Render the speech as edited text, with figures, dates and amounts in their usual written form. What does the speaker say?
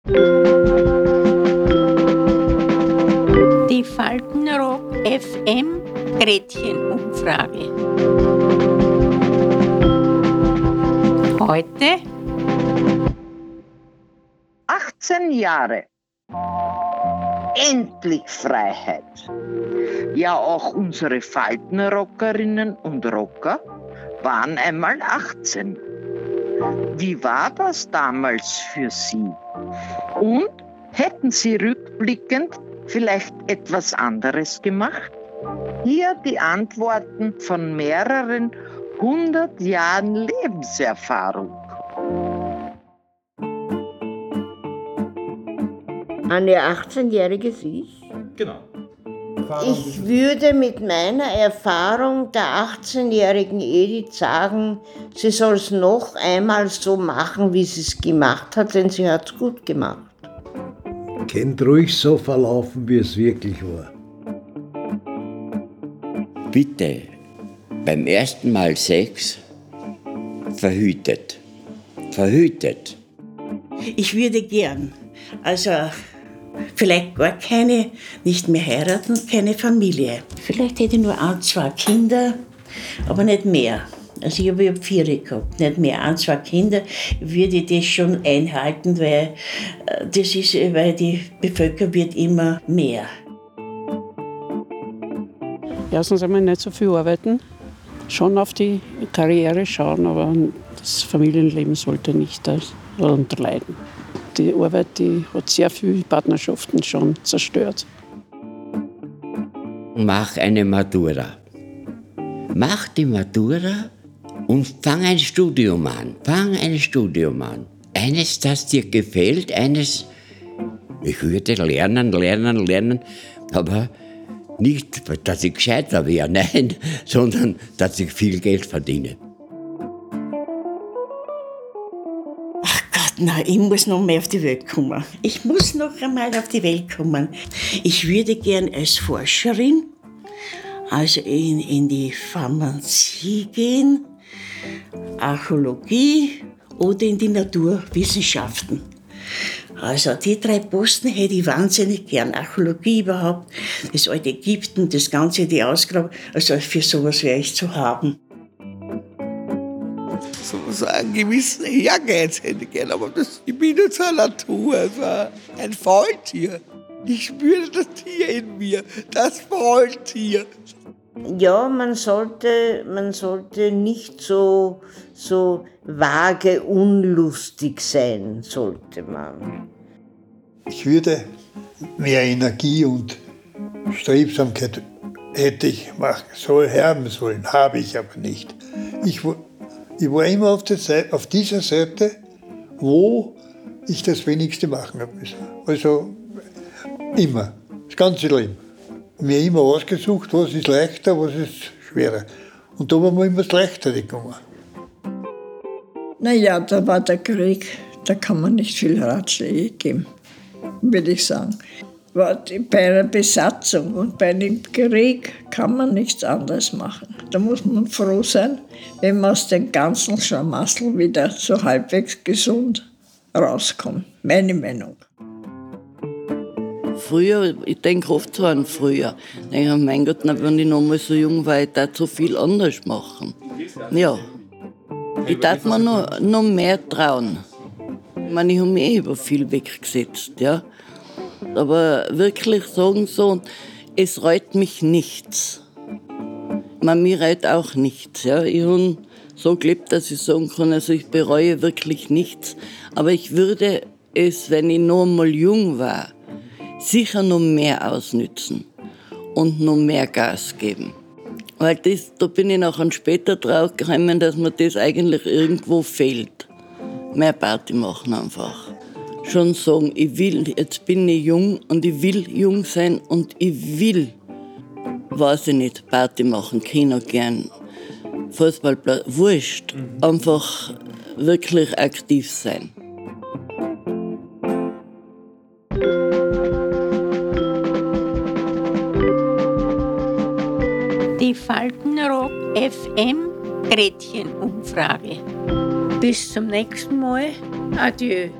Die Faltenrock FM Gretchenumfrage. Heute 18 Jahre. Endlich Freiheit. Ja, auch unsere Faltenrockerinnen und Rocker waren einmal 18. Wie war das damals für Sie? Und hätten Sie rückblickend vielleicht etwas anderes gemacht? Hier die Antworten von mehreren 100 Jahren Lebenserfahrung. Eine 18-jährige Ich? Genau. Ich würde mit meiner Erfahrung der 18-jährigen Edith sagen, sie soll es noch einmal so machen, wie sie es gemacht hat, denn sie hat es gut gemacht. Kennt ruhig so verlaufen, wie es wirklich war. Bitte, beim ersten Mal Sex, verhütet. Verhütet. Ich würde gern, also vielleicht gar keine, nicht mehr heiraten, keine Familie. Vielleicht hätte ich nur 1, 2 Kinder, aber nicht mehr. Also ich habe 4 gehabt, nicht mehr. 1, 2 Kinder würde ich das schon einhalten, weil das ist, weil die Bevölkerung wird immer mehr. Erstens einmal nicht so viel arbeiten, schon auf die Karriere schauen, aber das Familienleben sollte nicht darunter leiden. Die Arbeit, die hat sehr viele Partnerschaften schon zerstört. Mach eine Matura. Mach die Matura und fang ein Studium an. Fang ein Studium an. Eines, das dir gefällt, eines, ich würde lernen, aber nicht, dass ich gescheiter wäre, nein, sondern dass ich viel Geld verdiene. Nein, ich muss noch mehr auf die Welt kommen. Ich muss noch einmal auf die Welt kommen. Ich würde gern als Forscherin, also in die Pharmazie gehen, Archäologie oder in die Naturwissenschaften. Also die 3 Posten hätte ich wahnsinnig gern. Archäologie überhaupt, das alte Ägypten, das Ganze, die Ausgrabung. Also für sowas wäre ich zu haben. So einen gewissen Ehrgeiz hätte ich gerne, aber ich bin nicht so eine Natur, so ein Faultier. Ich spüre das Tier in mir, das Faultier. Ja, man sollte nicht so vage unlustig sein, sollte man. Ich würde mehr Energie und Strebsamkeit hätte ich haben sollen, habe ich aber nicht. Ich war immer auf dieser Seite, wo ich das Wenigste machen habe müssen. Also immer, das ganze Leben. Mir immer ausgesucht, was ist leichter, was ist schwerer. Und da war mir immer das Leichtere gekommen. Naja, da war der Krieg, da kann man nicht viel Ratschläge geben, würde ich sagen. Bei einer Besatzung und bei einem Krieg kann man nichts anderes machen. Da muss man froh sein, wenn man aus dem ganzen Schlamassel wieder so halbwegs gesund rauskommt. Meine Meinung. Früher, ich denke oft so an früher. Ich denke, mein Gott, wenn ich noch mal so jung war, ich würde so viel anders machen. Ja. Ich darf mir noch mehr trauen. Ich meine, ich habe mich über viel weggesetzt, ja. Aber wirklich sagen so, es reut mich nichts. Mir reut auch nichts. Ja. Ich habe so gelebt, dass ich sagen kann, also ich bereue wirklich nichts. Aber ich würde es, wenn ich noch einmal jung war, sicher noch mehr ausnützen und noch mehr Gas geben. Weil da bin ich nachher später drauf gekommen, dass mir das eigentlich irgendwo fehlt. Mehr Party machen einfach. Schon sagen, jetzt bin ich jung und ich will jung sein und ich will, weiß ich nicht, Party machen, Kino gern, Fußballplatz, wurscht. Einfach wirklich aktiv sein. Die Faltenrock FM Gretchenumfrage. Bis zum nächsten Mal. Adieu.